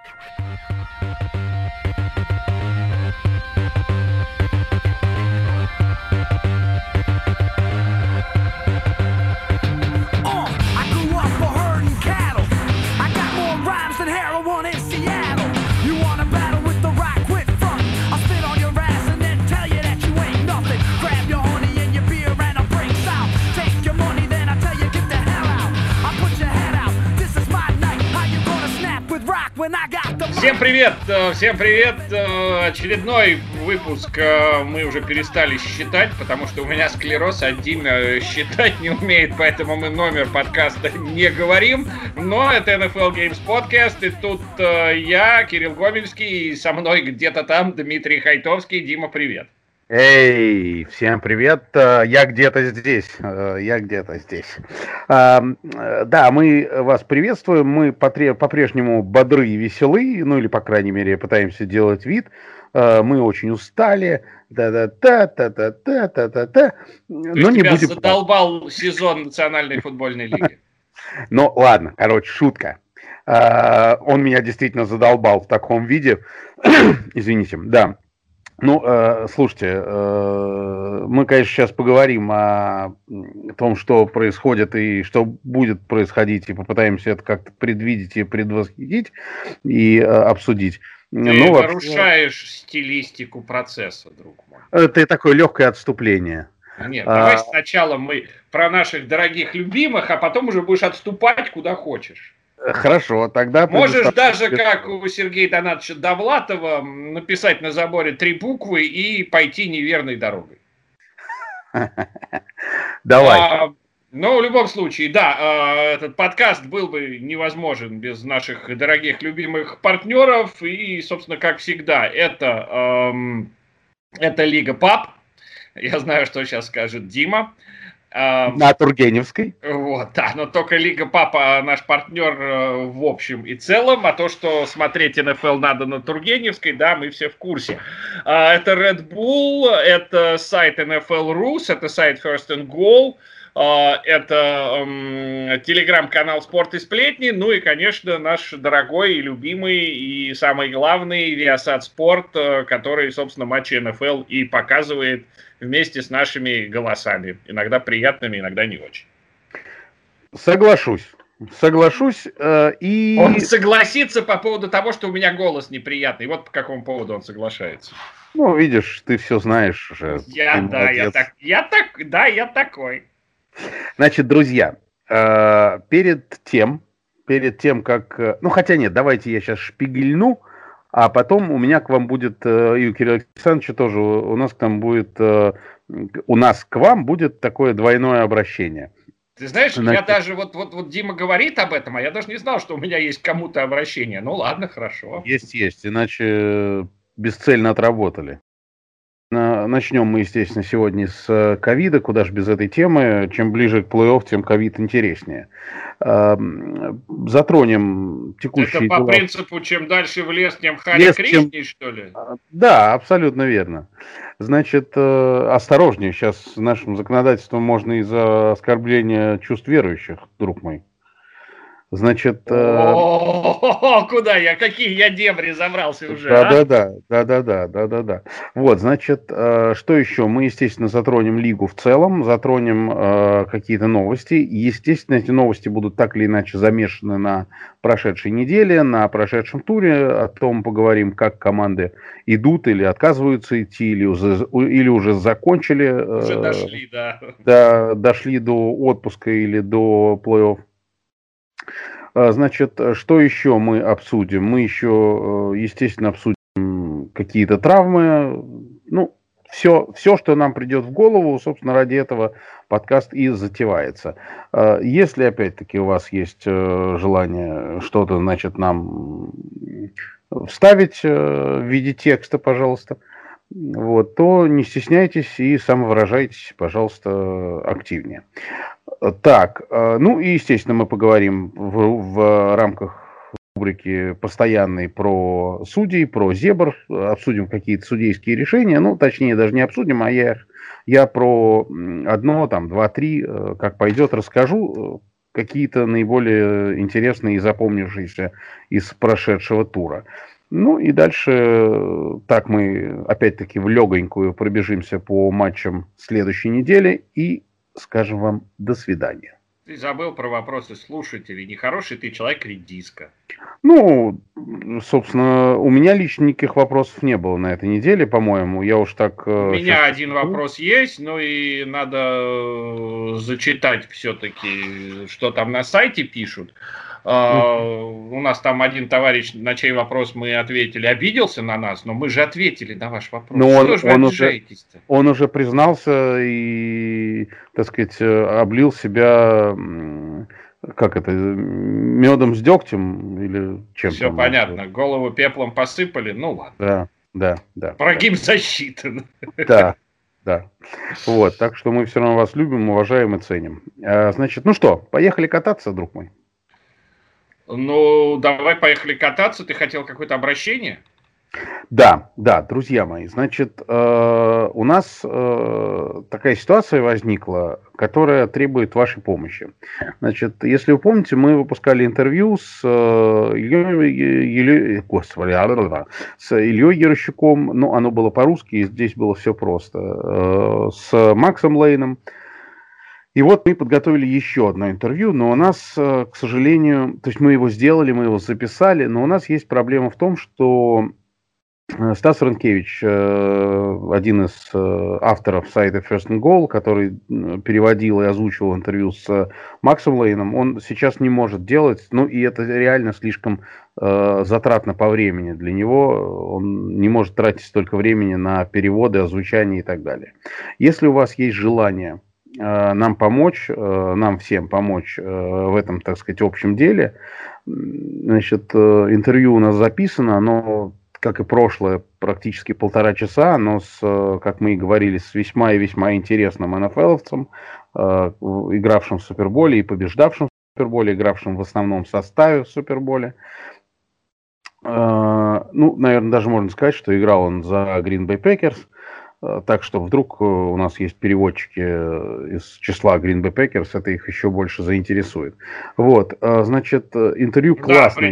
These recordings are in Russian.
Всем привет, очередной выпуск мы уже перестали считать, потому что у меня склероз, а Дима считать не умеет, поэтому мы номер подкаста не говорим, но это NFL Games Podcast, и тут я, Кирилл Гомельский, и со мной где-то там Дмитрий Хайтовский. Дима, привет. Эй, всем привет, я где-то здесь. Да, мы вас приветствуем, мы по-прежнему бодры и веселы, ну или, по крайней мере, пытаемся делать вид. Мы очень устали, но не тебя будем... задолбал сезон Национальной футбольной лиги. Ну, ладно, короче, шутка. Он меня действительно задолбал в таком виде. Извините, да. Ну, слушайте, мы, конечно, сейчас поговорим о том, что происходит и что будет происходить, и попытаемся это как-то предвидеть и предвосхитить, и обсудить. Ты нарушаешь стилистику процесса, друг мой. Это такое легкое отступление. Нет, давай сначала мы про наших дорогих любимых, а потом уже будешь отступать куда хочешь. Хорошо, тогда... Можешь даже, как у Сергея Донатовича Довлатова, написать на заборе 3 буквы и пойти неверной дорогой. Давай. Но в любом случае, да, этот подкаст был бы невозможен без наших дорогих любимых партнеров. И, собственно, как всегда, это Лига Паб. Я знаю, что сейчас скажет Дима. На Тургеневской. Вот, да, но только Лига Папа наш партнер в общем и целом, а то, что смотреть НФЛ надо на Тургеневской, да, мы все в курсе. Это Red Bull, это сайт NFL Rus, это сайт First and Goal, это телеграм-канал «Спорт и сплетни», ну и, конечно, наш дорогой и любимый и самый главный Viasat Sport, который, собственно, матчи НФЛ и показывает вместе с нашими голосами. Иногда приятными, иногда не очень. Соглашусь. И... Он согласится по поводу того, что у меня голос неприятный. Вот по какому поводу он соглашается. Ну, видишь, ты все знаешь уже. Я такой. Значит, друзья, перед тем, как... Ну, хотя нет, давайте я сейчас шпигельну, а потом у меня к вам будет, и у Кирилла Александровича тоже, у нас к вам будет такое двойное обращение. Ты знаешь, я даже, вот Дима говорит об этом, а я даже не знал, что у меня есть к кому-то обращение. Ну ладно, хорошо. Есть, иначе бесцельно отработали. Начнем мы, естественно, сегодня с ковида, куда же без этой темы. Чем ближе к плей-офф, тем ковид интереснее. Затронем текущие дела. Это по принципу, чем дальше в лес, тем Хари Кришне, что ли? Да, абсолютно верно. Значит, осторожнее. Сейчас с нашим законодательством можно из-за оскорбления чувств верующих, друг мой. Значит... Куда я? Какие я дебри забрался уже, Да. Вот, значит, что еще? Мы, естественно, затронем лигу в целом, затронем какие-то новости. Естественно, эти новости будут так или иначе замешаны на прошедшей неделе, на прошедшем туре. О том поговорим, как команды идут или отказываются идти, или уже закончили. Уже дошли, да. Да, дошли до отпуска или до плей-офф. Значит, что еще мы обсудим? Мы еще, естественно, обсудим какие-то травмы. Ну, все, что нам придет в голову, собственно, ради этого подкаст и затевается. Если, опять-таки, у вас есть желание что-то, значит, нам вставить в виде текста, пожалуйста, вот, то не стесняйтесь и самовыражайтесь, пожалуйста, активнее. Так, ну и, естественно, мы поговорим в рамках рубрики постоянной про судей, про зебр, обсудим какие-то судейские решения, ну, точнее, даже не обсудим, а я про одно, там, два, три, как пойдет, расскажу. какие-то наиболее интересные и запомнившиеся из прошедшего тура. Ну и дальше так мы опять-таки в легонькую пробежимся по матчам следующей недели и скажем вам до свидания. Ты забыл про вопросы слушателей. Нехороший ты человек, редиска. Ну, собственно, у меня лично никаких вопросов не было на этой неделе, по-моему. Я уж так... У меня один вопрос есть, но и надо зачитать все-таки, что там на сайте пишут. У нас там один товарищ, на чей вопрос мы ответили, обиделся на нас, но мы же ответили на ваш вопрос. Но что же вы обижаетесь-то? Он уже признался и, так сказать, облил себя... Как это, медом с дегтем или чем? Все понятно, голову пеплом посыпали, ну ладно. Да. Прогиб засчитан. Да. Вот, так что мы все равно вас любим, уважаем и ценим. Значит, ну что, поехали кататься, друг мой? Ну, давай поехали кататься. Ты хотел какое-то обращение? Да, друзья мои, значит, у нас такая ситуация возникла, которая требует вашей помощи. Значит, если вы помните, мы выпускали интервью с Ильей Ярощуком, ну, оно было по-русски, и здесь было все просто, с Максом Лейном. И вот мы подготовили еще одно интервью, но у нас, к сожалению, то есть мы его сделали, мы его записали, но у нас есть проблема в том, что Стас Рынкевич, один из авторов сайта First and Goal, который переводил и озвучивал интервью с Максом Лейном, он сейчас не может делать, ну и это реально слишком затратно по времени для него, он не может тратить столько времени на переводы, озвучание и так далее. Если у вас есть желание нам помочь, нам всем помочь в этом, так сказать, общем деле, значит, интервью у нас записано, оно, как и прошлое, практически 1,5 часа, но, как мы и говорили, с весьма и весьма интересным НФЛовцем, игравшим в Суперболе и побеждавшим в Суперболе, игравшим в основном составе в Суперболе. Ну, наверное, даже можно сказать, что играл он за Green Bay Packers. Так что вдруг у нас есть переводчики из числа Green Bay Packers, это их еще больше заинтересует. Вот, значит, интервью классное,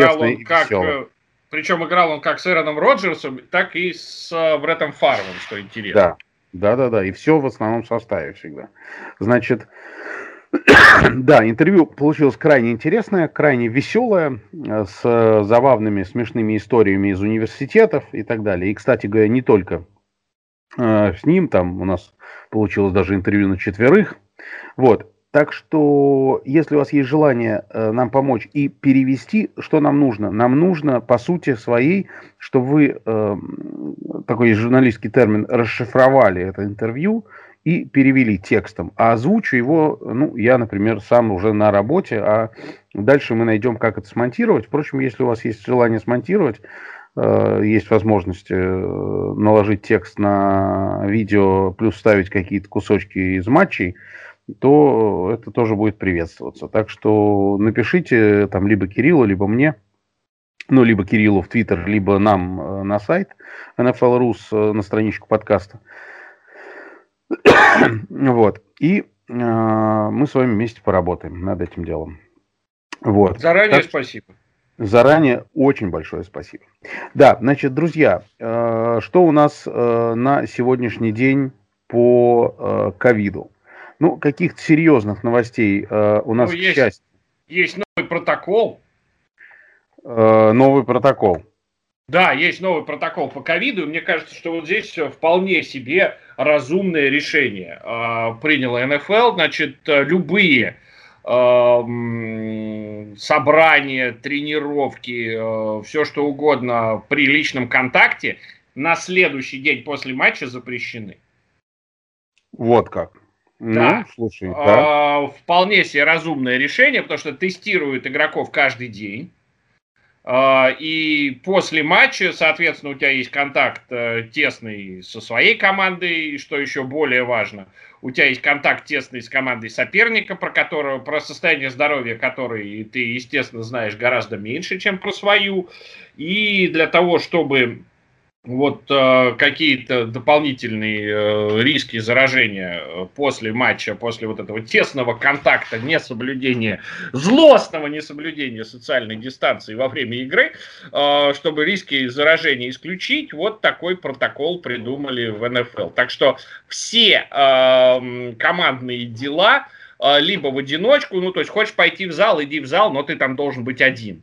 причем играл он как с Эроном Роджерсом, так и с Бреттом Фарвом, что интересно. Да, и все в основном составе всегда. Значит, да, интервью получилось крайне интересное, крайне веселое, с забавными, смешными историями из университетов и так далее. И, кстати говоря, не только с ним, там у нас получилось даже интервью на 4. Вот. Так что, если у вас есть желание нам помочь и перевести, что нам нужно? Нам нужно, по сути своей, чтобы вы, такой журналистский термин, расшифровали это интервью и перевели текстом. А озвучу его, ну, я, например, сам уже на работе, а дальше мы найдем, как это смонтировать. Впрочем, если у вас есть желание смонтировать, есть возможность наложить текст на видео, плюс вставить какие-то кусочки из матчей, то это тоже будет приветствоваться. Так что напишите там либо Кириллу, либо мне, ну, либо Кириллу в Твиттер, либо нам на сайт NFL.ru на страничку подкаста. Вот. И мы с вами вместе поработаем над этим делом. Вот. Заранее спасибо. Заранее очень большое спасибо. Да, значит, друзья, что у нас на сегодняшний день по ковиду? Ну, каких-то серьезных новостей у нас, к счастью. Есть новый протокол. Новый протокол. Да, есть новый протокол по ковиду, и мне кажется, что вот здесь вполне себе разумное решение приняла НФЛ. Значит, любые собрания, тренировки, все что угодно при личном контакте на следующий день после матча запрещены. Вот как. Да. Ну, слушай, да. Вполне себе разумное решение, потому что тестируют игроков каждый день. И после матча, соответственно, у тебя есть контакт тесный со своей командой, и что еще более важно, у тебя есть контакт тесный с командой соперника, про состояние здоровья которой ты, естественно, знаешь гораздо меньше, чем про свою. И для того, чтобы вот какие-то дополнительные риски заражения после матча, после вот этого тесного контакта, злостного несоблюдения социальной дистанции во время игры, чтобы риски заражения исключить, вот такой протокол придумали в НФЛ. Так что все командные дела либо в одиночку, ну то есть хочешь пойти в зал, иди в зал, но ты там должен быть один.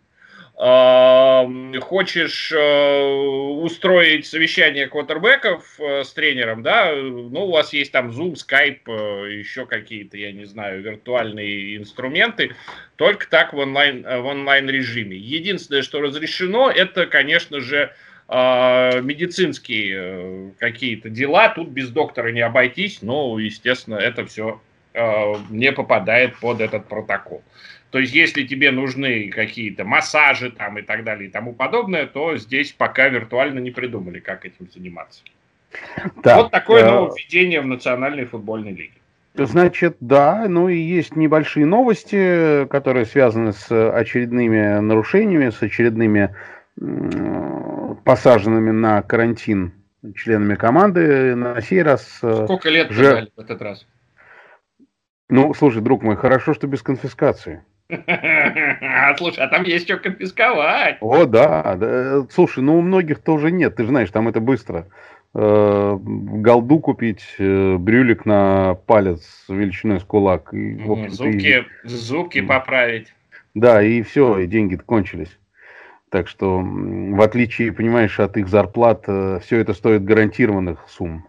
Хочешь устроить совещание квотербеков с тренером, да, ну, у вас есть там Zoom, Skype, еще какие-то, я не знаю, виртуальные инструменты, только так в онлайн режиме. Единственное, что разрешено, это, конечно же, медицинские какие-то дела, тут без доктора не обойтись, но, естественно, это все не попадает под этот протокол. То есть, если тебе нужны какие-то массажи там и так далее и тому подобное, то здесь пока виртуально не придумали, как этим заниматься. Да, вот такое нововведение в Национальной футбольной лиге. Значит, да, ну и есть небольшие новости, которые связаны с очередными нарушениями, с очередными посаженными на карантин членами команды. На сей раз... Сколько лет дали в этот раз? Ну, слушай, друг мой, хорошо, что без конфискации. Слушай, а там есть что конфисковать. О, да. Слушай, ну у многих-то уже нет, ты же знаешь, там это быстро. Голду купить, брюлик на палец величиной с кулак. И, зубки поправить. Да, и все, и деньги кончились. Так что, в отличие, понимаешь, от их зарплат, все это стоит гарантированных сумм.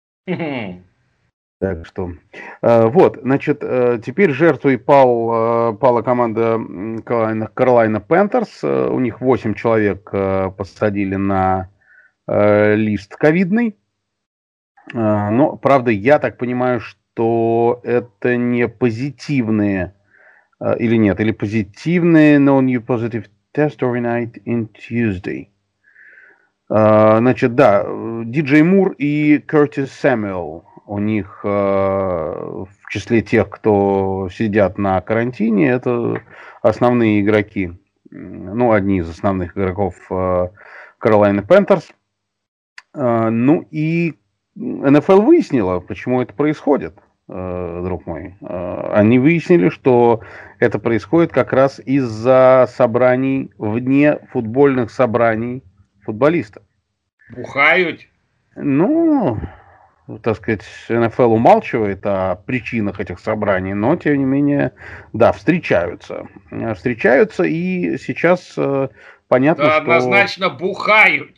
Так что, вот, значит, теперь жертвой пала команда Carolina Panthers. У них 8 человек посадили на лист ковидный. Но, правда, я так понимаю, что это не позитивные, или нет, или позитивные, no new positive test overnight in Tuesday. Значит, да, Диджей Мур и Кертис Сэмюэл у них в числе тех, кто сидят на карантине, это основные игроки, ну, одни из основных игроков Carolina Panthers. Ну и НФЛ выяснила, почему это происходит, друг мой. Они выяснили, что это происходит как раз из-за собраний, вне футбольных собраний футболистов. Бухают? Ну, так сказать, НФЛ умалчивает о причинах этих собраний, но, тем не менее, да, встречаются. Встречаются, и сейчас понятно, да, что... однозначно бухают.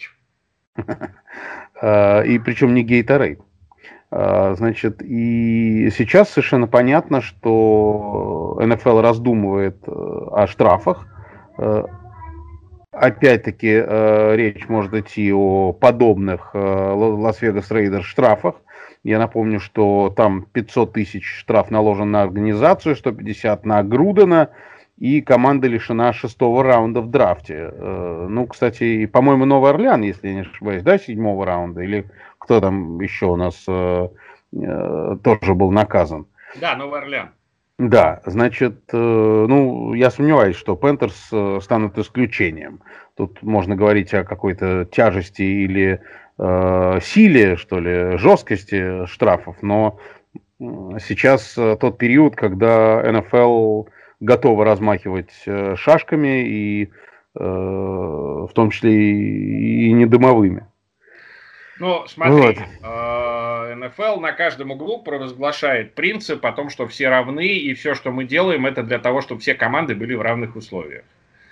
И причем не Гейторейд. Значит, и сейчас совершенно понятно, что НФЛ раздумывает о штрафах. Опять-таки, речь может идти о подобных Лас-Вегас Рейдерс штрафах. Я напомню, что там 500 тысяч штраф наложен на организацию, 150 на Грудена, и команда лишена 6-го раунда в драфте. Ну, кстати, по-моему, Новый Орлеан, если я не ошибаюсь, да, 7-го раунда, или кто там еще у нас тоже был наказан. Да, Новый Орлеан. Да, значит, ну, я сомневаюсь, что Пентерс станут исключением. Тут можно говорить о какой-то тяжести или силе, что ли, жесткости штрафов, но сейчас тот период, когда НФЛ готова размахивать шашками, и в том числе и недымовыми. Ну, смотри, НФЛ на каждом углу провозглашает принцип о том, что все равны, и все, что мы делаем, это для того, чтобы все команды были в равных условиях.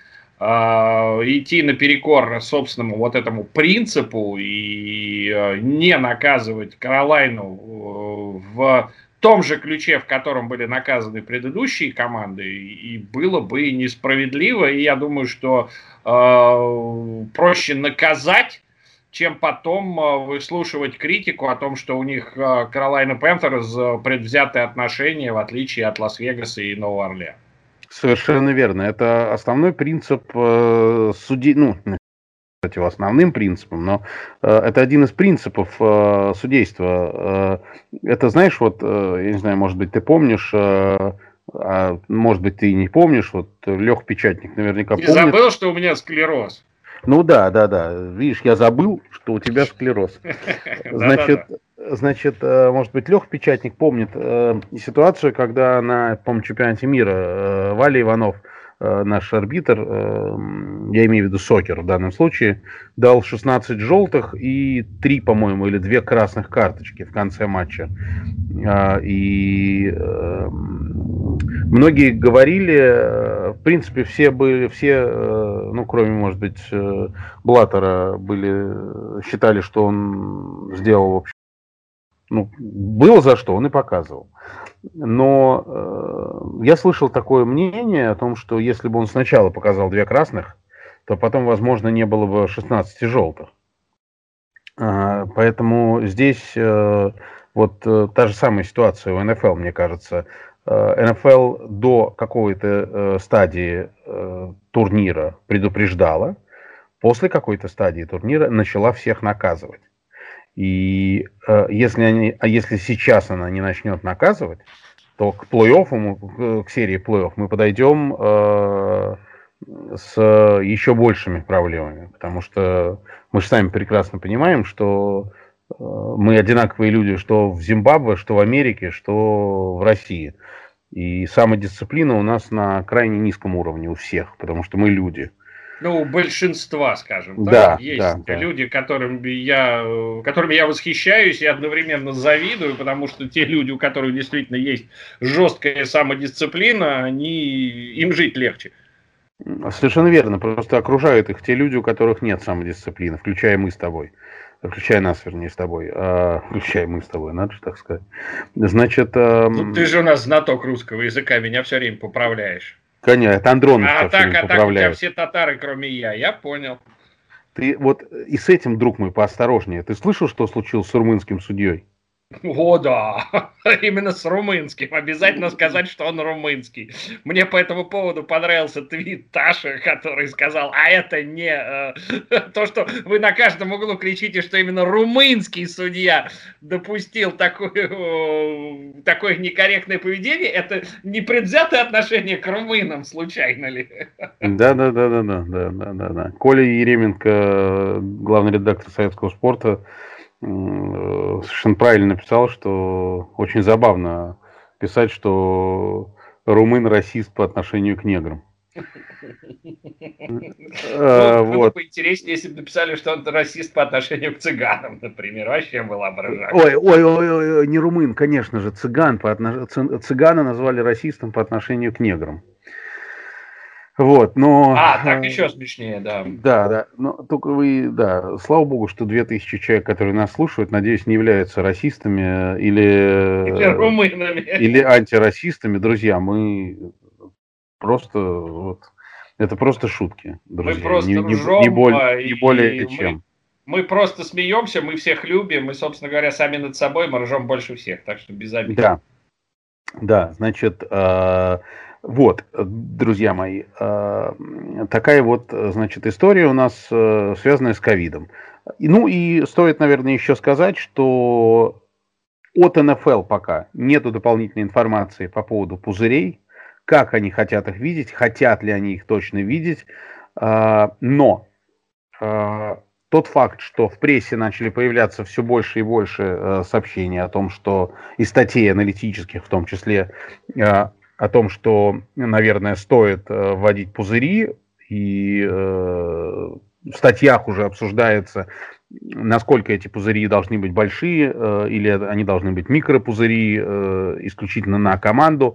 Идти наперекор собственному вот этому принципу и не наказывать Каролайну в том же ключе, в котором были наказаны предыдущие команды, и было бы несправедливо, и я думаю, что проще наказать, чем потом выслушивать критику о том, что у них Carolina Panthers предвзятые отношения, в отличие от Лас-Вегаса и Нового Орлеана. Совершенно верно. Это основной принцип судей, ну, кстати, основным принципом, но это один из принципов судейства. Это, знаешь, вот, я не знаю, может быть, ты помнишь, а может быть, ты не помнишь, вот Лех Печатник наверняка помнит. Ты забыл, что у меня склероз? Ну да. Видишь, я забыл, что у тебя склероз. Значит, может быть, Лех Печатник помнит ситуацию, когда на, по-моему, чемпионате мира Валя Иванов, наш арбитр, я имею в виду сокер в данном случае, дал 16 желтых и 3, по-моему, или 2 красных карточки в конце матча. И многие говорили, в принципе, все, ну, кроме, может быть, Блаттера, считали, что он сделал, в общем, ну, было за что, он и показывал. Но я слышал такое мнение о том, что если бы он сначала показал 2 красных, то потом, возможно, не было бы 16 желтых. Поэтому здесь вот та же самая ситуация у НФЛ, мне кажется. НФЛ до какой-то стадии турнира предупреждала, после какой-то стадии турнира начала всех наказывать. И если сейчас она не начнет наказывать, то к плей-оффу, к серии плей-офф мы подойдем с еще большими проблемами, потому что мы же сами прекрасно понимаем, что мы одинаковые люди, что в Зимбабве, что в Америке, что в России. И самодисциплина у нас на крайне низком уровне у всех, потому что мы люди. Ну, у большинства, скажем так, есть да. люди, которыми я восхищаюсь и одновременно завидую, потому что те люди, у которых действительно есть жесткая самодисциплина, им жить легче. Совершенно верно. Просто окружают их те люди, у которых нет самодисциплины, включая мы с тобой. Включая нас, вернее, с тобой. Включая мы с тобой, надо же так сказать. Значит... Ну, ты же у нас знаток русского языка, меня все время поправляешь. Конечно, это Андронов тебя все время поправляет. У тебя все татары, кроме я понял. Ты вот и с этим, друг мой, поосторожнее. Ты слышал, что случилось с румынским судьей? О, да, именно с румынским. Обязательно сказать, что он румынский. Мне по этому поводу понравился твит Таши, который сказал, а это не то, что вы на каждом углу кричите, что именно румынский судья допустил такое некорректное поведение. Это не предвзятое отношение к румынам, случайно ли? Да. Коля Еременко, главный редактор «Советского спорта», совершенно правильно написал, что очень забавно писать, что румын расист по отношению к неграм. Было бы интереснее, если бы написали, что он расист по отношению к цыганам, например. Вообще было бы. Ой, не румын, конечно же, цыган. Цыгана назвали расистом по отношению к неграм. Вот, но... так еще смешнее, да. Да, но только слава богу, что 2000 человек, которые нас слушают, надеюсь, не являются расистами или румынами. Или антирасистами. Друзья, мы просто... это просто шутки, друзья. Мы просто не более чем. Мы просто смеемся, мы всех любим, мы, собственно говоря, сами над собой, мы ржем больше всех, так что без обид. Да, значит... Вот, друзья мои, такая вот, значит, история у нас связанная с ковидом. Ну и стоит, наверное, еще сказать, что от НФЛ пока нету дополнительной информации по поводу пузырей, как они хотят их видеть, хотят ли они их точно видеть, но тот факт, что в прессе начали появляться все больше и больше сообщений о том, что и статей аналитических в том числе, о том, что, наверное, стоит вводить пузыри, и в статьях уже обсуждается, насколько эти пузыри должны быть большие, или они должны быть микропузыри, исключительно на команду.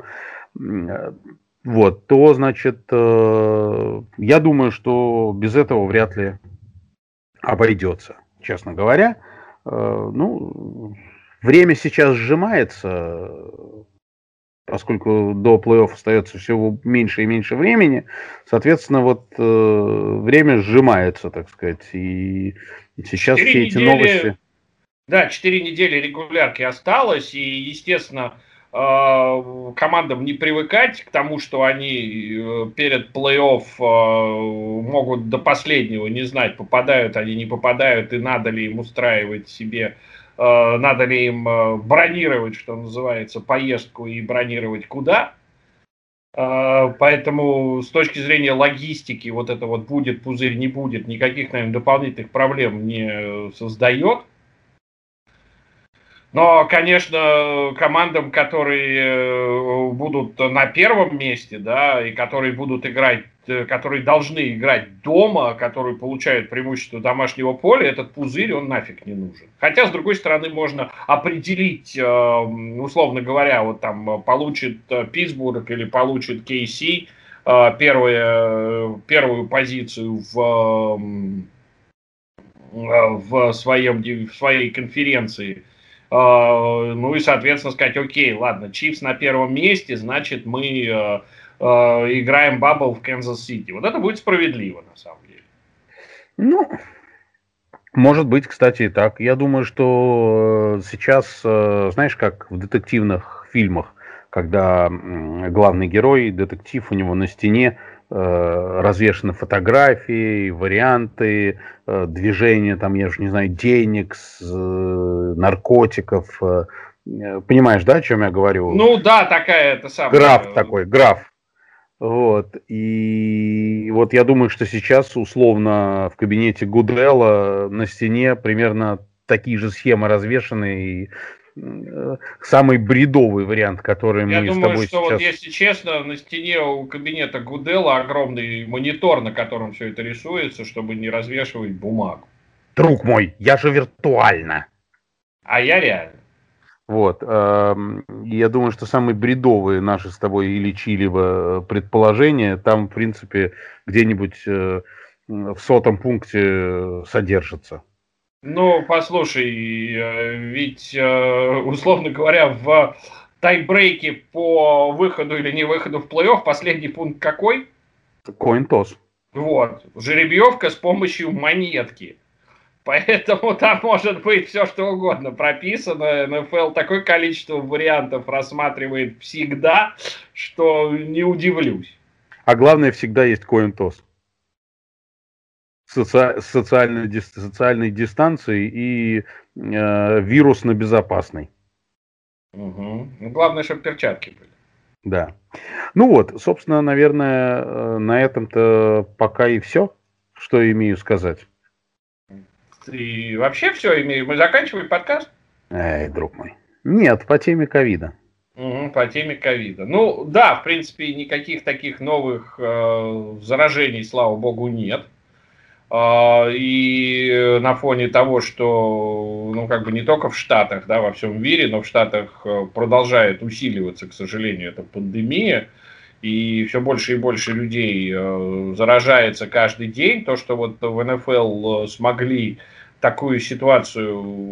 Вот, то, значит, я думаю, что без этого вряд ли обойдется, честно говоря. Ну, время сейчас сжимается, поскольку до плей-офф остается все меньше и меньше времени, соответственно, вот время сжимается, так сказать, и сейчас все эти новости... Да, 4 недели регулярки осталось, и, естественно, командам не привыкать к тому, что они перед плей-офф могут до последнего не знать, попадают они, не попадают, и надо ли им устраивать себе, надо ли им бронировать, что называется, поездку и бронировать куда. Поэтому с точки зрения логистики вот это вот будет пузырь, не будет, никаких, наверное, дополнительных проблем не создает. Но, конечно, командам, которые будут на первом месте, да, и которые будут играть, которые должны играть дома, которые получают преимущество домашнего поля, этот пузырь, он нафиг не нужен. Хотя, с другой стороны, можно определить, условно говоря, вот там получит Питтсбург или получит KC первую позицию в своей конференции. Ну и, соответственно, сказать, окей, ладно, Чифс на первом месте, значит, мы играем бабл в Канзас-Сити. Вот это будет справедливо, на самом деле. Ну, может быть, кстати, и так. Я думаю, что сейчас, знаешь, как в детективных фильмах, когда главный герой, детектив, у него на стене развешаны фотографии, варианты, движения, там, я же не знаю, денег, наркотиков. Понимаешь, да, о чем я говорю? Ну да, такая это самая... Граф такой, граф. Вот. И вот я думаю, что сейчас условно в кабинете Гудела на стене примерно такие же схемы развешаны. И самый бредовый вариант, который Я мы с думаю, тобой что сейчас... вот если честно, на стене у кабинета Гудела огромный монитор, на котором все это рисуется, чтобы не развешивать бумагу. Друг мой, я же виртуально. А я реально. Вот. Я думаю, что самые бредовые наши с тобой или чьи-либо предположения там, в принципе, где-нибудь в 100-м пункте содержатся. Ну, послушай, ведь, условно говоря, в тайбрейке по выходу или не выходу в плей-офф последний пункт какой? Coin-toss. Вот. Жеребьевка с помощью монетки. Поэтому там может быть все, что угодно прописано. НФЛ такое количество вариантов рассматривает всегда, что не удивлюсь. А главное, всегда есть coin-toss. Социальной дистанцией и вирусно безопасной. Угу. Ну, главное, чтобы перчатки были. Да. Ну вот, собственно, наверное, на этом-то пока и все, что имею сказать. И вообще все имею. Мы заканчиваем подкаст? Эй, друг мой. Нет, по теме ковида. Угу, по теме ковида. Ну, да, в принципе, никаких таких новых заражений, слава богу, нет. И на фоне того, что, ну, как бы не только в Штатах, да, во всем мире, но в Штатах продолжает усиливаться, к сожалению, эта пандемия, и все больше и больше людей заражается каждый день. То, что вот в НФЛ смогли такую ситуацию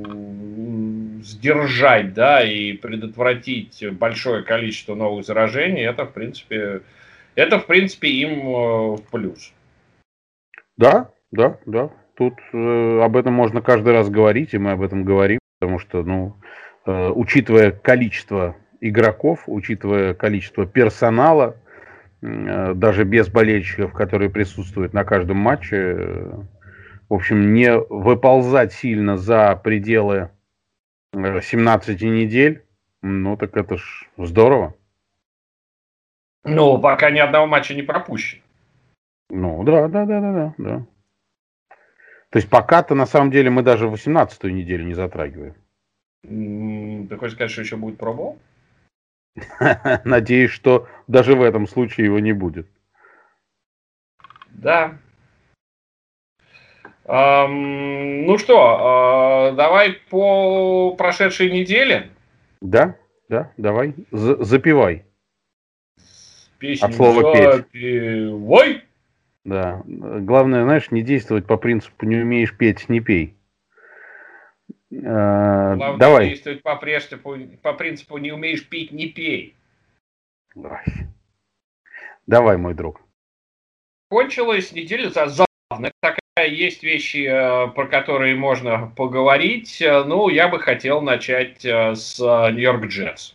сдержать, да, и предотвратить большое количество новых заражений, это, в принципе, им в плюс. Да. Тут об этом можно каждый раз говорить, и мы об этом говорим, потому что, ну, учитывая количество игроков, учитывая количество персонала, даже без болельщиков, которые присутствуют на каждом матче, в общем, не выползать сильно за пределы 17 недель, ну так это ж здорово. Ну, пока ни одного матча не пропущено. Ну, да. То есть пока-то, на самом деле, мы даже 18-ю неделю не затрагиваем. Ты хочешь сказать, что еще будет пробол? Надеюсь, что даже в этом случае его не будет. Да. Ну что, давай по прошедшей неделе. Да, давай, запивай. Песню От слова петь. Запивай. Да. Главное, знаешь, не действовать по принципу «не умеешь петь, не пей». Главное Давай. действовать по принципу «не умеешь пить, не пей». Давай, мой друг. Кончилась неделя забавная. Такая есть вещи, про которые можно поговорить. Ну, я бы хотел начать с Нью-Йорк Джетс.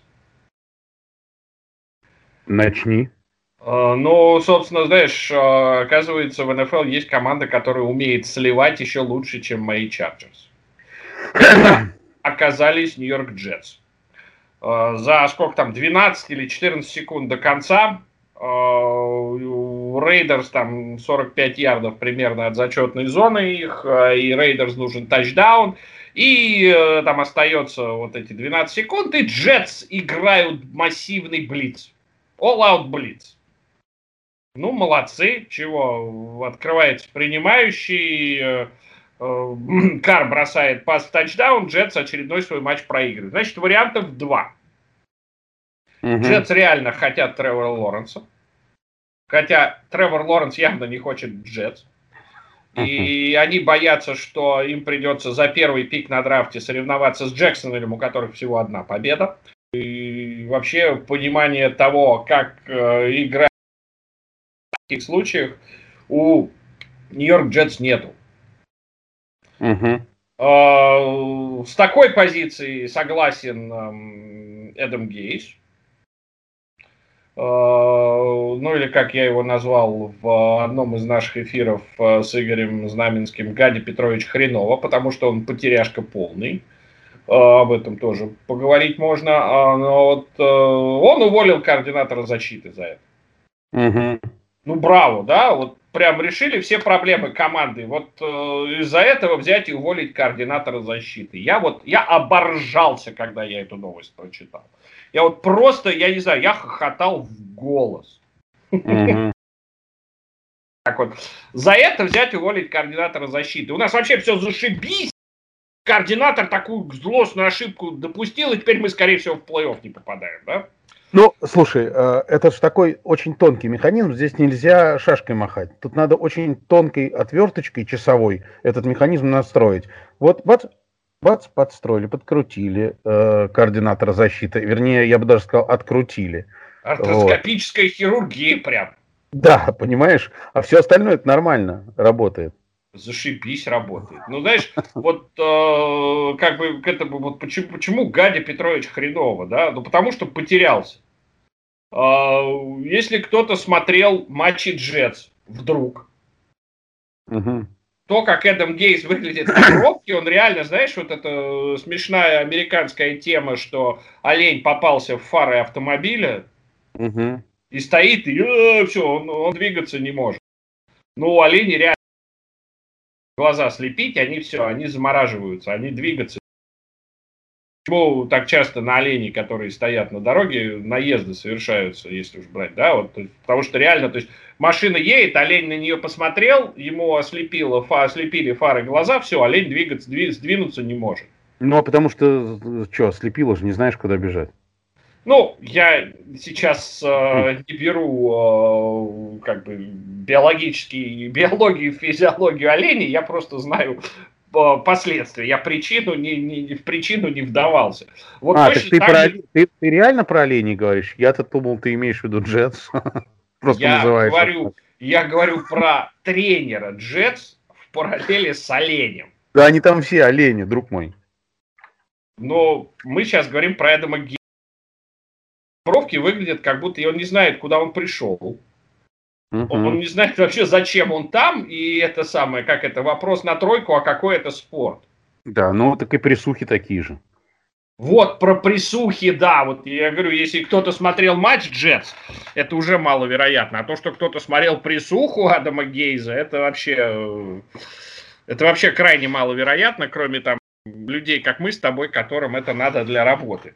Начни. Ну, собственно, знаешь, оказывается, в НФЛ есть команда, которая умеет сливать еще лучше, чем мои Чарджерс. Это оказались Нью-Йорк Джетс. за сколько там, 12 или 14 секунд до конца. Рейдерс там 45 ярдов примерно от зачетной зоны их, и Рейдерс нужен тачдаун, и там остается вот эти 12 секунд, и Джетс играют массивный блиц, all-out блиц. Ну, молодцы, чего, открывается принимающий, Карр бросает пас в тачдаун, Джетс очередной свой матч проигрывает. Значит, вариантов 2. Джетс реально хотят Тревора Лоренса. Хотя Тревор Лоренс явно не хочет Джетс. И они боятся, что им придется за первый пик на драфте соревноваться с Джексонвиллем, у которых всего одна победа. И вообще понимание того, как играть в таких случаях, у Нью-Йорк Джетс нету. С такой позиции согласен Эдам Гейс. Ну или как я его назвал в одном из наших эфиров с Игорем Знаменским, Гади Петрович Хренова, потому что он потеряшка полный. Об этом тоже поговорить можно. Но вот он уволил координатора защиты за это. Ну браво, да, вот прям решили все проблемы команды. Вот из-за этого взять и уволить координатора защиты. Я оборжался, когда я эту новость прочитал. Я вот просто, я не знаю, я хохотал в голос. Так вот, за это взять и уволить координатора защиты. У нас вообще все зашибись. Координатор такую злостную ошибку допустил, и теперь мы, скорее всего, в плей-офф не попадаем, да? Ну, слушай, это же такой очень тонкий механизм, здесь нельзя шашкой махать. Тут надо очень тонкой отверточкой часовой этот механизм настроить. Вот бац, подстроили, подкрутили координатора защиты. Вернее, я бы даже сказал, открутили. Артроскопическая хирургия прям. Да, понимаешь? А все остальное это нормально работает. Зашибись работает. Ну, знаешь, вот как бы к этому, вот почему Гадя Петрович Хренова, да? Ну, потому что потерялся. Если кто-то смотрел матчи Джетс вдруг, то, как Эдам Гейс выглядит на пробке, он реально, знаешь, вот эта смешная американская тема, что олень попался в фары автомобиля и стоит, и все, он двигаться не может. Ну, олени реально глаза слепить, они замораживаются, они двигаться. Почему так часто на оленей, которые стоят на дороге, наезды совершаются, если уж брать, да, вот, потому что реально, то есть машина едет, олень на нее посмотрел, ему ослепили фары глаза, все, олень сдвинуться не может. Ну, а потому что, ослепило же, не знаешь, куда бежать. Ну, я сейчас не беру как бы биологию, физиологию оленей, я просто знаю последствия. Я в причину не вдавался. Вот ты реально про оленей говоришь? Я-то думал, ты имеешь в виду Джетс. Я говорю про тренера Джетс в параллели с оленем. Да, они там все олени, друг мой. Но мы сейчас говорим про Эдама Гейса. Пробки выглядят, как будто он не знает, куда он пришел. Он не знает вообще, зачем он там, и это самое, как это, вопрос на тройку, а какой это спорт. Да, ну так и присухи такие же. Вот про присухи, да, вот я говорю, если кто-то смотрел матч Джетс, это уже маловероятно, а то, что кто-то смотрел присуху Адама Гейза, это вообще крайне маловероятно, кроме там людей, как мы с тобой, которым это надо для работы.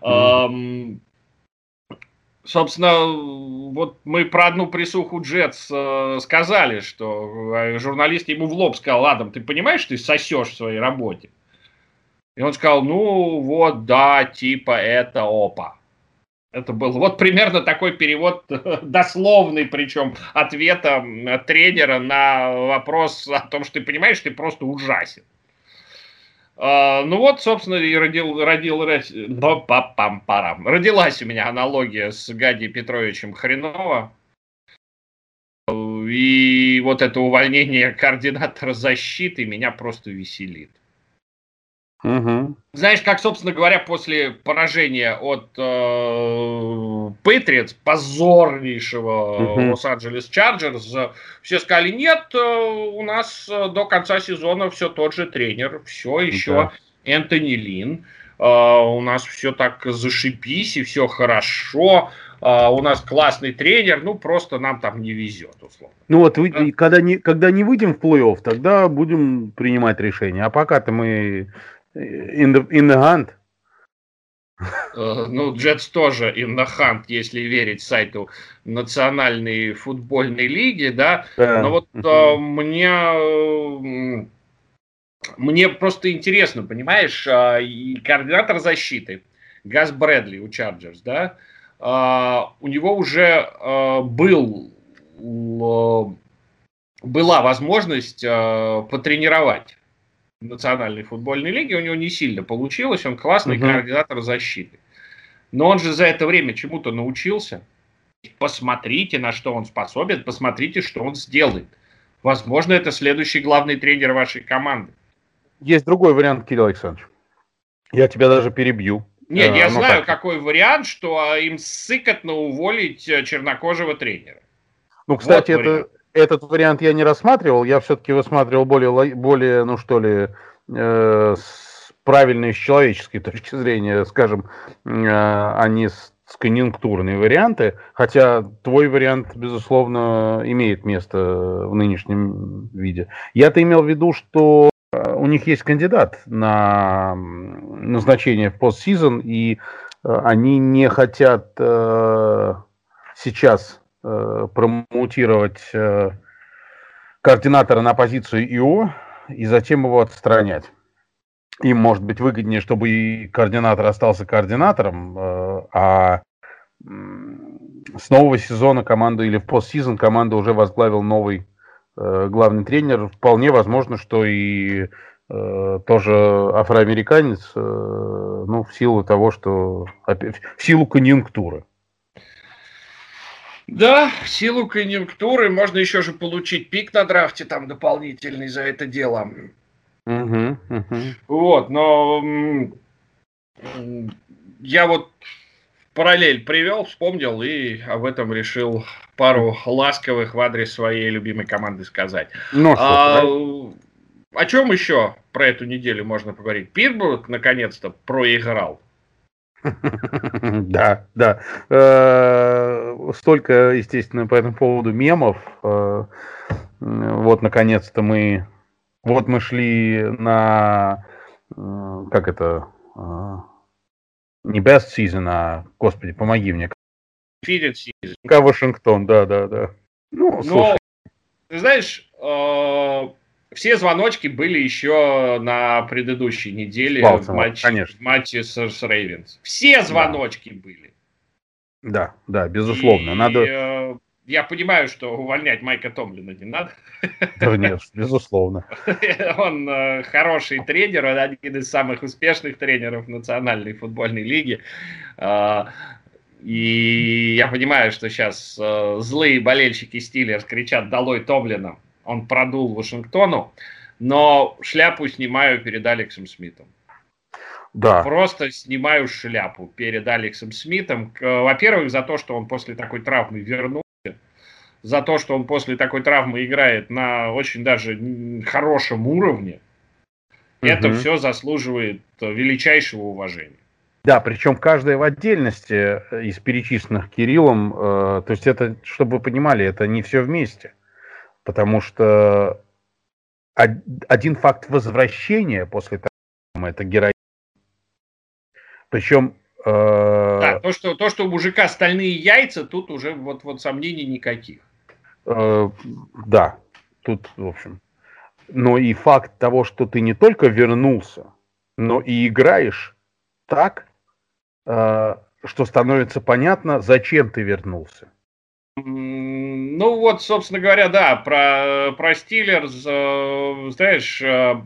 Собственно, вот мы про одну присуху Джетс сказали, что журналист ему в лоб сказал: Адам, ты понимаешь, ты сосешь в своей работе? И он сказал: ну вот, да, типа это опа. Это был вот примерно такой перевод, дословный причем, ответа тренера на вопрос о том, что ты понимаешь, ты просто ужасен. Ну вот, собственно, и родилась у меня аналогия с Гади Петровичем Хренова. И вот это увольнение координатора защиты меня просто веселит. Знаешь, как, собственно говоря, после поражения от Патриотс, позорнейшего Лос-Анджелес Чарджерс, все сказали: нет, у нас до конца сезона все тот же тренер, все еще Энтони Лин. у нас все так зашибись и все хорошо, у нас классный тренер, ну просто нам там не везет, условно. Ну вот, когда не выйдем в плей-офф, тогда будем принимать решения. А пока-то мы in the hunt. Ну, Джетс тоже in the hunt, если верить сайту Национальной футбольной лиги, да. Но вот мне просто интересно, понимаешь, и координатор защиты Газ Брэдли у Чарджерс, да, у него уже была возможность потренировать в Национальной футбольной лиге, у него не сильно получилось, он классный координатор защиты. Но он же за это время чему-то научился. Посмотрите, на что он способен, посмотрите, что он сделает. Возможно, это следующий главный тренер вашей команды. Есть другой вариант, Кирилл Александрович. Я тебя даже перебью. Нет, я знаю, какой вариант, что им сыкотно уволить чернокожего тренера. Ну, кстати, вот этот вариант я не рассматривал. Я все-таки рассматривал более, ну что ли, правильные с человеческой точки зрения, скажем, а не с конъюнктурные варианты. Хотя твой вариант, безусловно, имеет место в нынешнем виде. Я-то имел в виду, что у них есть кандидат на назначение в постсезон, и они не хотят сейчас промоутировать координатора на позицию ИО и затем его отстранять. Им может быть выгоднее, чтобы и координатор остался координатором, а с нового сезона команду или в постсезон команду уже возглавил новый главный тренер. Вполне возможно, что и тоже афроамериканец, ну, в силу того, что в силу конъюнктуры. Да, в силу конъюнктуры можно еще же получить пик на драфте там дополнительный за это дело. Вот, но я вот параллель привел, вспомнил и об этом решил пару ласковых в адрес своей любимой команды сказать. О чем еще про эту неделю можно поговорить? Питтсбург наконец-то проиграл. Да. Столько, естественно, по этому поводу мемов. Вот, наконец-то мы шли на, как это, не best season, а, господи, помоги мне. Defeated season. Вашингтон, да. Ну, слушай. Ты знаешь, все звоночки были еще на предыдущей неделе в матче с Рейвенс. Все звоночки были. Да, безусловно. Я понимаю, что увольнять Майка Томлина не надо. Да нет, безусловно. Он хороший тренер, он один из самых успешных тренеров Национальной футбольной лиги. И я понимаю, что сейчас злые болельщики Стиллерс кричат «Долой Томлина!». Он продул Вашингтону, но шляпу снимаю перед Алексом Смитом. Да. Просто снимаю шляпу перед Алексом Смитом. Во-первых, за то, что он после такой травмы вернулся, за то, что он после такой травмы играет на очень даже хорошем уровне. Это все заслуживает величайшего уважения. Да, причем каждая в отдельности из перечисленных Кириллом, то есть это, чтобы вы понимали, это не все вместе. Потому что один факт возвращения после травмы – это героизм. Причем... Да, то, что у мужика стальные яйца, тут уже вот сомнений никаких. Да, тут, в общем. Но и факт того, что ты не только вернулся, но и играешь так, что становится понятно, зачем ты вернулся. Ну вот, собственно говоря, да, про Стиллерс, знаешь,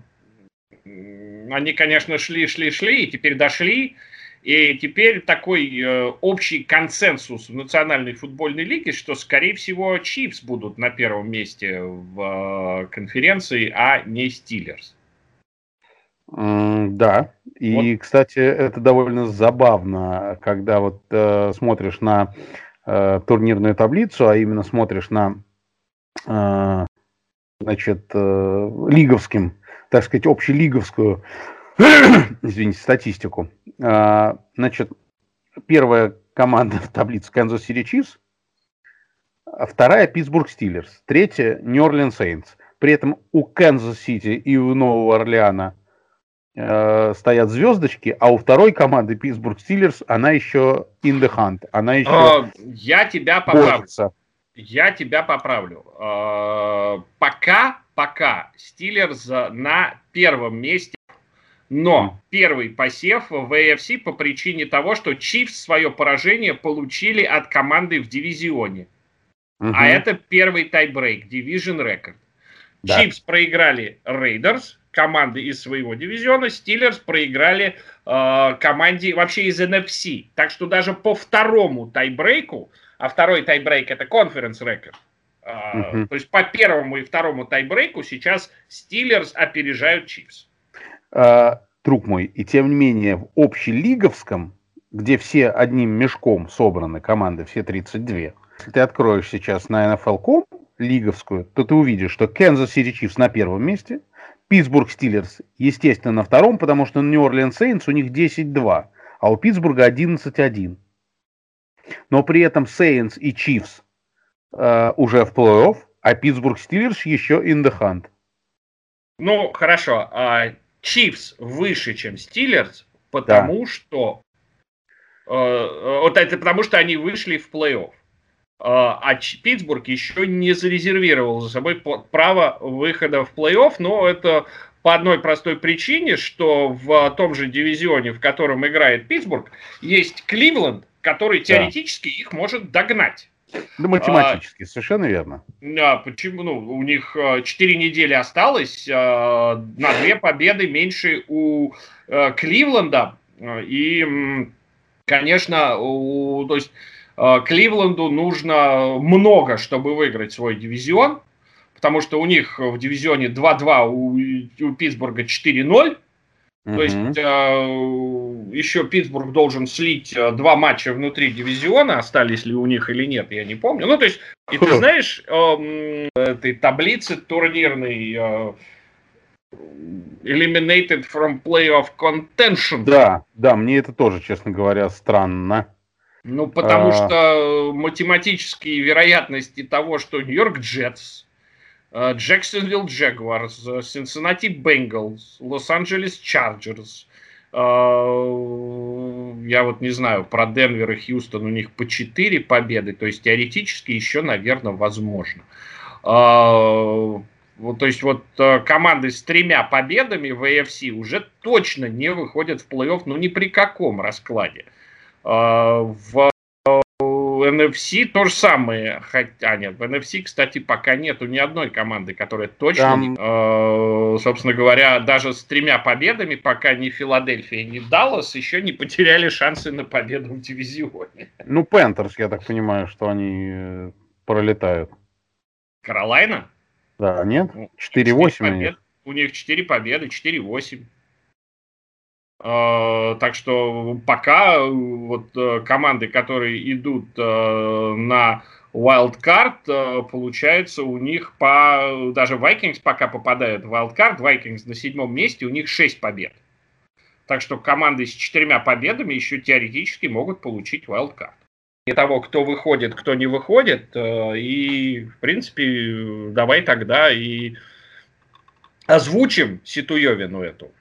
они, конечно, шли, и теперь дошли, и теперь такой общий консенсус в Национальной футбольной лиге, что, скорее всего, Чифс будут на первом месте в конференции, а не Стиллерс. Да, и, вот. Кстати, это довольно забавно, когда вот смотришь на турнирную таблицу, а именно смотришь на, значит, лиговским, так сказать, общелиговскую Извините, статистику. Значит, первая команда в таблице Kansas City Chiefs, а вторая Питтсбург Стиллерс, третья Нью Орлеанс Сейнтс. При этом у Канзас Сити и у Нового Орлеана стоят звездочки, а у второй команды Питтсбург Стиллерс она еще in the hunt, она еще я тебя поправлю. борется. Я тебя поправлю. Пока Стиллерс на первом месте, но первый посев в AFC по причине того, что Чифс свое поражение получили от команды в дивизионе. А это первый тайбрейк, Division Record. Да. Чифс проиграли Рейдерс, команды из своего дивизиона, Стиллерс проиграли команде вообще из NFC. Так что даже по второму тайбрейку, а второй тайбрейк это Conference Record, то есть по первому и второму тайбрейку сейчас Стиллерс опережают Чифс. Друг мой, и тем не менее в общелиговском, где все одним мешком собраны команды, все 32, если ты откроешь сейчас на NFL.com лиговскую, то ты увидишь, что Kansas City Chiefs на первом месте, Питтсбург Стиллерс, естественно, на втором, потому что New Orleans Saints у них 10-2, а у Питтсбурга 11-1. Но при этом Saints и Chiefs уже в плей-офф, а Питтсбург Стиллерс еще in the hunt. Ну, хорошо. Chiefs выше, чем Steelers, потому что вот это потому что они вышли в плей-офф. А Питтсбург еще не зарезервировал за собой право выхода в плей-офф, но это по одной простой причине, что в том же дивизионе, в котором играет Питтсбург, есть Кливленд, который теоретически их может догнать. Да, математически, совершенно верно. Почему? Ну, у них 4 недели осталось, на 2 победы меньше у Кливленда. И, конечно, то есть Кливленду нужно много, чтобы выиграть свой дивизион, потому что у них в дивизионе 2-2, у Питтсбурга 4-0. То есть еще Питтсбург должен слить 2 матча внутри дивизиона, остались ли у них или нет, я не помню. Ну, то есть, и ты знаешь, этой таблицы турнирной eliminated from playoff contention. Да, мне это тоже, честно говоря, странно. Ну, потому что математические вероятности того, что Нью-Йорк Джетс, Джексонвилл Джагуарс, Cincinnati Бенгалс, Лос-Анджелес Чарджерс. Я вот не знаю, про Денвер и Хьюстон у них по 4 победы, то есть теоретически еще, наверное, возможно. То есть вот команды с 3 победами в AFC уже точно не выходят в плей-офф, ну ни при каком раскладе. В NFC то же самое, хотя нет, в NFC, кстати, пока нету ни одной команды, которая точно, собственно говоря, даже с 3 победами, пока ни Филадельфия, ни Даллас еще не потеряли шансы на победу в дивизионе. Ну, Пентерс, я так понимаю, что они пролетают. Каролайна? Да, нет? 4-8 у них 4 победы, 4-8. Так что пока вот команды, которые идут на wildcard, получается у них даже Vikings пока попадают в wildcard, Vikings на 7-м месте, у них 6 побед. Так что команды с 4 победами еще теоретически могут получить wildcard. И того, кто выходит, кто не выходит, и в принципе давай тогда и озвучим ситуевину эту.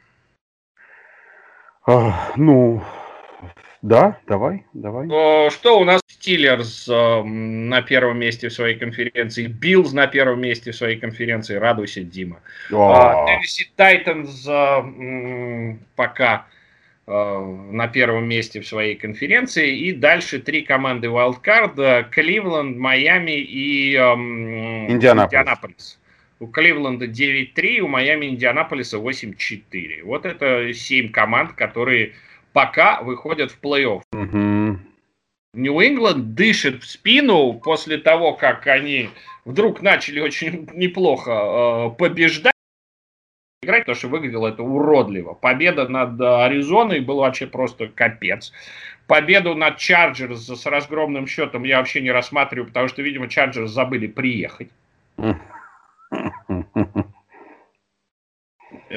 Ну, да, давай. Что у нас? Стиллерс на первом месте в своей конференции, Биллз на первом месте в своей конференции, радуйся, Дима. Теннесси Тайтанс пока на первом месте в своей конференции, и дальше 3 команды Wildcard, Кливленд, Майами и Индианаполис. У Кливленда 9-3, у Майами Индианаполиса 8-4. Вот это 7 команд, которые пока выходят в плей-офф. Нью-Ингланд дышит в спину после того, как они вдруг начали очень неплохо побеждать. Играть, потому что выглядело это уродливо. Победа над Аризоной была вообще просто капец. Победу над Чарджерс с разгромным счетом я вообще не рассматриваю, потому что, видимо, Чарджерс забыли приехать.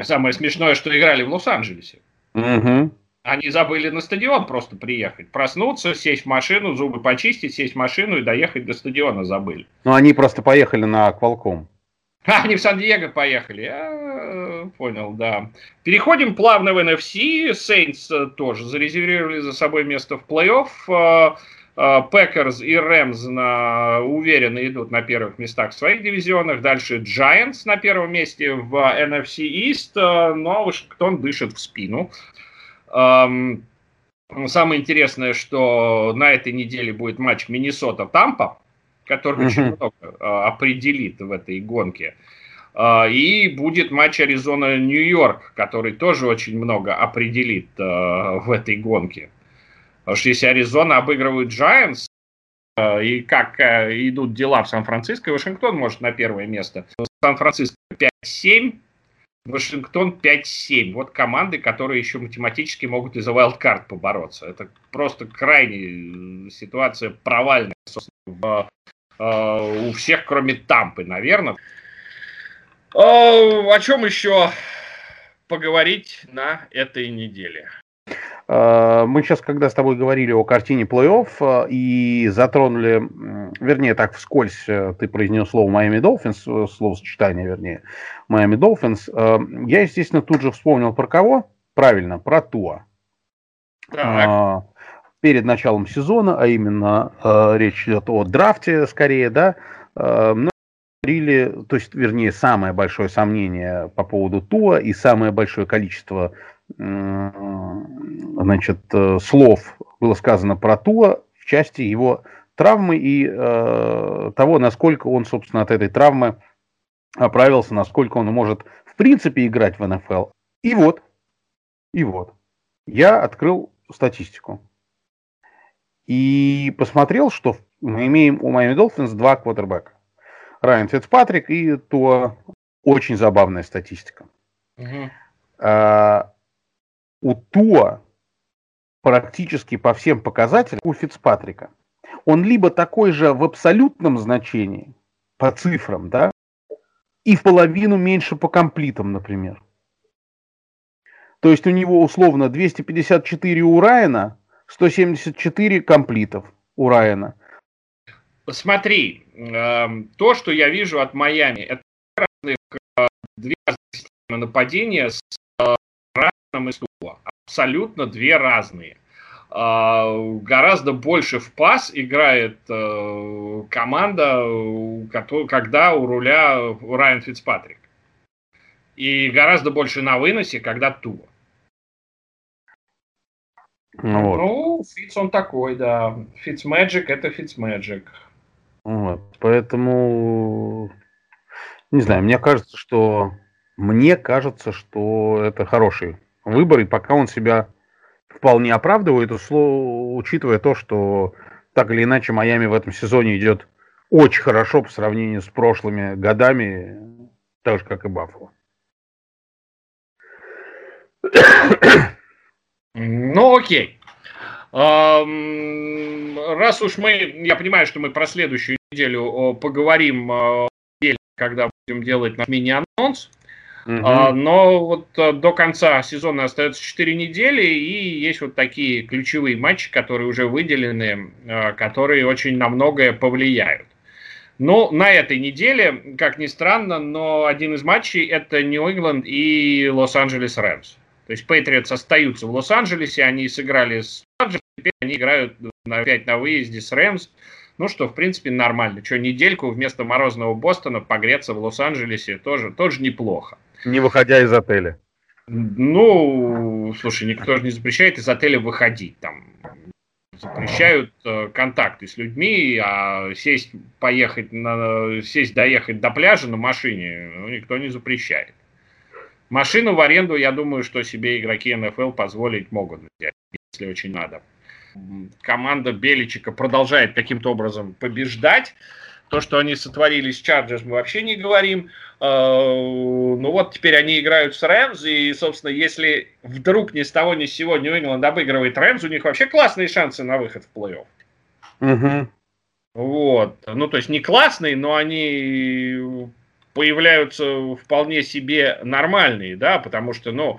Самое смешное, что играли в Лос-Анджелесе. Угу. Они забыли на стадион просто приехать. Проснуться, сесть в машину, зубы почистить, сесть в машину и доехать до стадиона забыли. Ну, они просто поехали на Qualcomm. Они в Сан-Диего поехали. Я понял, да. Переходим плавно в NFC. Saints тоже зарезервировали за собой место в плей-офф. Packers и Rams уверенно идут на первых местах в своих дивизионах. Дальше Giants на первом месте в NFC East. Но Вашингтон дышит в спину. Самое интересное, что на этой неделе будет матч Миннесота-Тампа, который очень много определит в этой гонке. И будет матч Аризона-Нью-Йорк, который тоже очень много определит в этой гонке. Потому что если Аризона обыгрывает Giants, и как идут дела в Сан-Франциско, Вашингтон может на первое место. Сан-Франциско 5-7, Вашингтон 5-7. Вот команды, которые еще математически могут и за wildcard побороться. Это просто крайне ситуация провальная, собственно, у всех, кроме Тампы, наверное. О чем еще поговорить на этой неделе? Мы сейчас, когда с тобой говорили о картине плей-офф и затронули, вернее, так вскользь ты произнес слово Miami Dolphins, словосочетание, вернее, Miami Dolphins, я, естественно, тут же вспомнил про кого? Правильно, про Туа. Перед началом сезона, а именно речь идет о драфте, скорее, да, мы говорили, то есть, вернее, самое большое сомнение по поводу Туа и самое большое количество слов было сказано про Туа в части его травмы и того, насколько он, собственно, от этой травмы оправился, насколько он может, в принципе, играть в НФЛ. И вот, я открыл статистику и посмотрел, что мы имеем у Miami Dolphins 2 квотербека. Райан Фицпатрик и Туа. Очень забавная статистика. У Туа практически по всем показателям у Фицпатрика. Он либо такой же в абсолютном значении, по цифрам, да, и в половину меньше по комплитам, например. То есть у него условно 254 у Райана, 174 комплитов у Райана. Смотри, то, что я вижу от Майами, это две разные системы нападения с разным исходом. Абсолютно две разные. Гораздо больше в пас играет команда, когда у руля Райан Фицпатрик. И гораздо больше на выносе, когда Туа. Ну, Фитц он такой, да. Фитцмэджик это Фитцмэджик. Вот, поэтому, не знаю, мне кажется, что это хороший выбор, и пока он себя вполне оправдывает, учитывая то, что так или иначе Майами в этом сезоне идет очень хорошо по сравнению с прошлыми годами, так же, как и Баффало. Ну, окей. Раз уж я понимаю, что мы про следующую неделю поговорим, когда будем делать наш мини-анонс, но вот до конца сезона остается 4 недели, и есть вот такие ключевые матчи, которые уже выделены, которые очень на многое повлияют. Но на этой неделе, как ни странно, но один из матчей это Нью-Ингланд и Лос-Анджелес Рэмс. То есть Патриотс остаются в Лос-Анджелесе, они сыграли с Чарджерс, теперь они играют опять на выезде с Рэмс. Ну что, в принципе, нормально. Что, недельку вместо морозного Бостона погреться в Лос-Анджелесе тоже неплохо. Не выходя из отеля. Ну, слушай, никто же не запрещает из отеля выходить. Там запрещают контакты с людьми, а доехать до пляжа на машине никто не запрещает. Машину в аренду, я думаю, что себе игроки НФЛ позволить могут взять, если очень надо. Команда Беличика продолжает каким-то образом побеждать. То, что они сотворили с Чарджерс, мы вообще не говорим. Ну вот теперь они играют с Рэмс, и, собственно, если вдруг ни с того ни с сего Нью-Ингланд обыгрывает Рэмс, у них вообще классные шансы на выход в плей-офф. Угу. Вот. Ну, то есть не классные, но они появляются вполне себе нормальные, да, потому что, ну,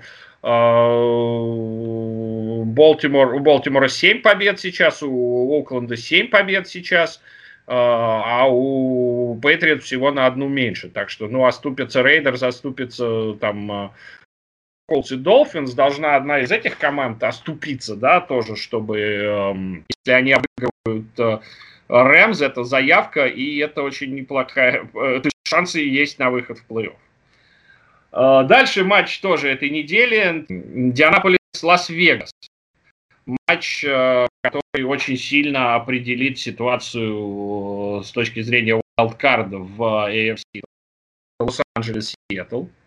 у Балтимора 7 побед сейчас, у Окленда 7 побед сейчас, а у Патриотс всего на одну меньше. Так что, ну, оступятся Рейдерс, оступятся там Колтс и Долфинс, должна одна из этих команд оступиться, да, тоже, чтобы, если они обыгрывают Рэмс, это заявка, и это очень неплохая, то есть шансы есть на выход в плей-офф. Дальше матч тоже этой недели. Индианаполис-Лас-Вегас. Матч, который очень сильно определит ситуацию с точки зрения вайлдкарда в AFC. Лос-Анджелес-Сиэтл.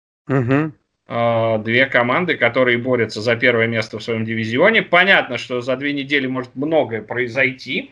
Две команды, которые борются за первое место в своем дивизионе. Понятно, что за 2 недели может многое произойти.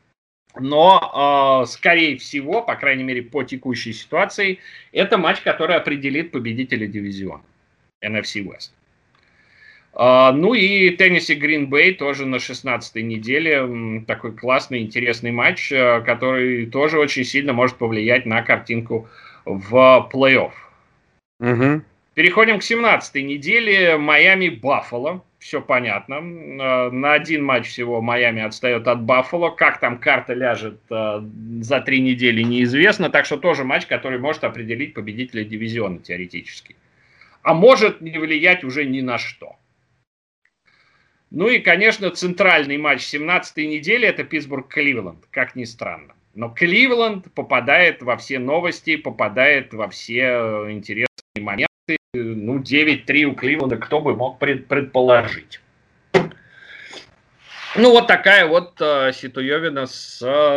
Но, скорее всего, по крайней мере, по текущей ситуации, это матч, который определит победителя дивизиона NFC West. Ну и Теннесси Green Bay тоже на 16-й неделе. Такой классный, интересный матч, который тоже очень сильно может повлиять на картинку в плей-офф. Переходим к 17-й неделе. Майами-Баффало. Все понятно. На один матч всего Майами отстает от Баффало. Как там карта ляжет за 3 недели, неизвестно. Так что тоже матч, который может определить победителя дивизиона теоретически. А может не влиять уже ни на что. Ну и, конечно, центральный матч 17-й недели – это Питтсбург-Кливленд, как ни странно. Но Кливленд попадает во все новости, попадает во все интересные моменты. Ну, 9-3 у Кливленда, кто бы мог предположить. Ну, вот такая вот ситуевина с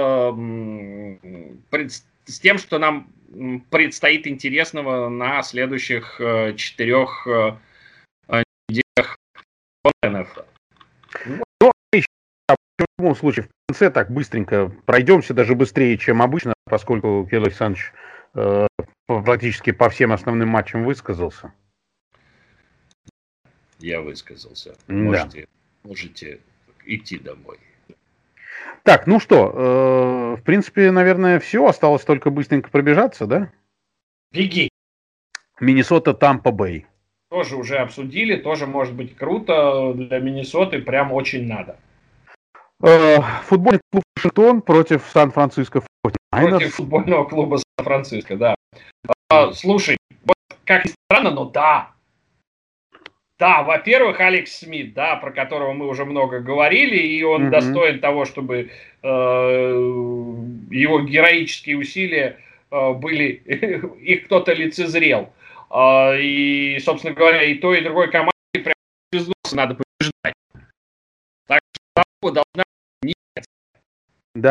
тем, что нам предстоит интересного на следующих 4 неделях НФЛ. Ну, в любом случае, в конце так быстренько пройдемся, даже быстрее, чем обычно, поскольку Кирилл Александрович практически по всем основным матчам высказался. Я высказался. Да. Можете идти домой. Так, ну что, в принципе, наверное, все. Осталось только быстренько пробежаться, да? Беги. Миннесота, Тампа Бэй. Тоже уже обсудили, тоже может быть круто. Для Миннесоты прям очень надо. Футбольный клуб Вашингтон против Сан-Франциско 49ers. Против футбольного клуба Сан-Франциско, да. Слушай, вот как ни странно, но да. Да, во-первых, Алекс Смит, да, про которого мы уже много говорили, и он достоин того, чтобы его героические усилия были, их кто-то лицезрел. И, собственно говоря, и той, и другой команде прям из носа надо побеждать. Так что должна нет. Да.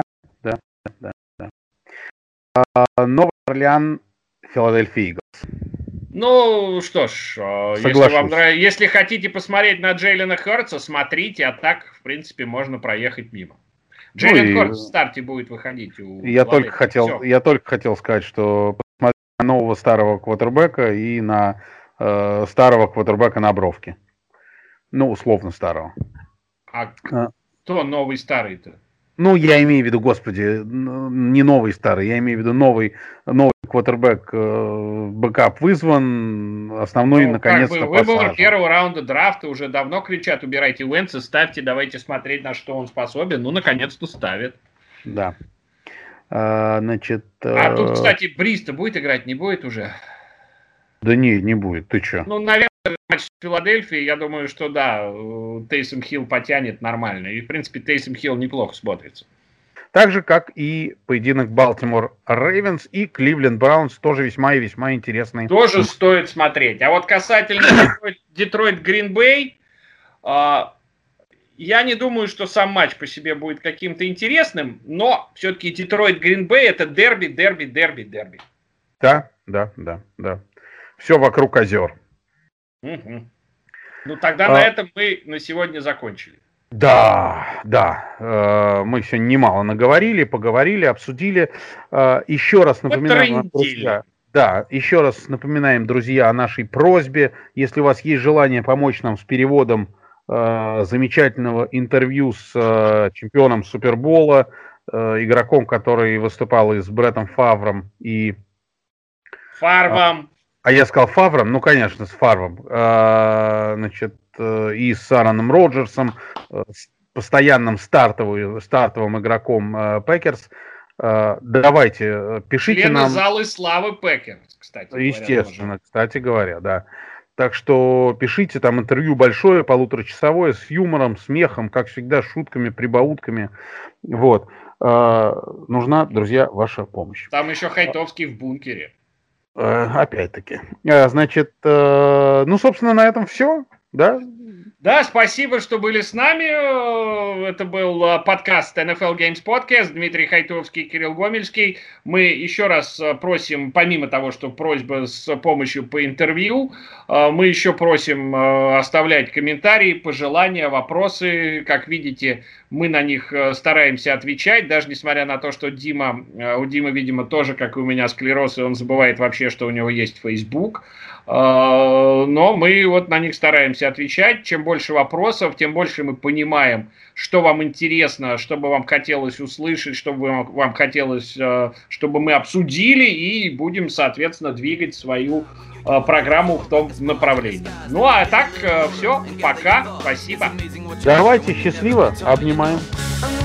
Новый Орлеан, Филадельфия Иглс. Ну, что ж, если хотите посмотреть на Джейлена Хёртса, смотрите, а так, в принципе, можно проехать мимо. Джейлен Хёртс в старте будет выходить. Я только хотел сказать, что посмотрите на нового старого квотербека и на старого квотербека на бровке. Ну, условно старого. А кто новый старый-то? Ну, я имею в виду, господи, не новый старый, я имею в виду новый квотербэк, бэкап вызван, основной наконец-то посажен. Выбор первого раунда драфта, уже давно кричат, убирайте Уэнтса, ставьте, давайте смотреть, на что он способен. Ну, наконец-то ставят. Да. Значит... А тут, кстати, Бриз-то будет играть, не будет уже? Да не будет, ты чё? Ну, наверное, матч с Филадельфией, я думаю, что да, Тейсом Хилл потянет нормально. И, в принципе, Тейсом Хилл неплохо смотрится. Так же, как и поединок Балтимор Рейвенс и Кливленд Браунс, тоже весьма и весьма интересный. Тоже стоит смотреть. А вот касательно Детройт Грин Бэй, я не думаю, что сам матч по себе будет каким-то интересным, но все-таки Детройт Грин Бэй это дерби. Да. Все вокруг озер. Угу. Ну, тогда на этом мы на сегодня закончили. Да. Мы сегодня немало наговорили, поговорили, обсудили. Еще раз напоминаем, друзья, еще раз напоминаем, друзья, о нашей просьбе. Если у вас есть желание помочь нам с переводом замечательного интервью с чемпионом Супербола, игроком, который выступал и с Бреттом Фавром, и Фарвом. А я сказал Фавром, ну, конечно, с Фарвом. Значит, и с Аароном Роджерсом, с постоянным стартовым игроком Пекерс. Давайте, пишите Члены нам. залы славы Пекерс, кстати. Естественно, кстати говоря, да. Так что пишите, там интервью большое, полуторачасовое, с юмором, смехом, как всегда, шутками, прибаутками. Вот. Нужна, друзья, ваша помощь. Там еще Хайтовский в бункере. Опять-таки. Значит, ну, собственно, на этом все, да? Да, спасибо, что были с нами. Это был подкаст NFL Games Podcast. Дмитрий Хайтовский, Кирилл Гомельский. Мы еще раз просим, помимо того, что просьба с помощью по интервью, мы еще просим оставлять комментарии, пожелания, вопросы. Как видите, мы на них стараемся отвечать, даже несмотря на то, что у Димы, видимо, тоже, как и у меня, склероз, и он забывает вообще, что у него есть Facebook. Но мы вот на них стараемся отвечать. Чем больше вопросов, тем больше мы понимаем, что вам интересно, что бы вам хотелось услышать, что бы вам хотелось, чтобы мы обсудили, и будем, соответственно, двигать свою программу в том направлении. Ну а так, все, пока, спасибо. Давайте, счастливо, обнимаем.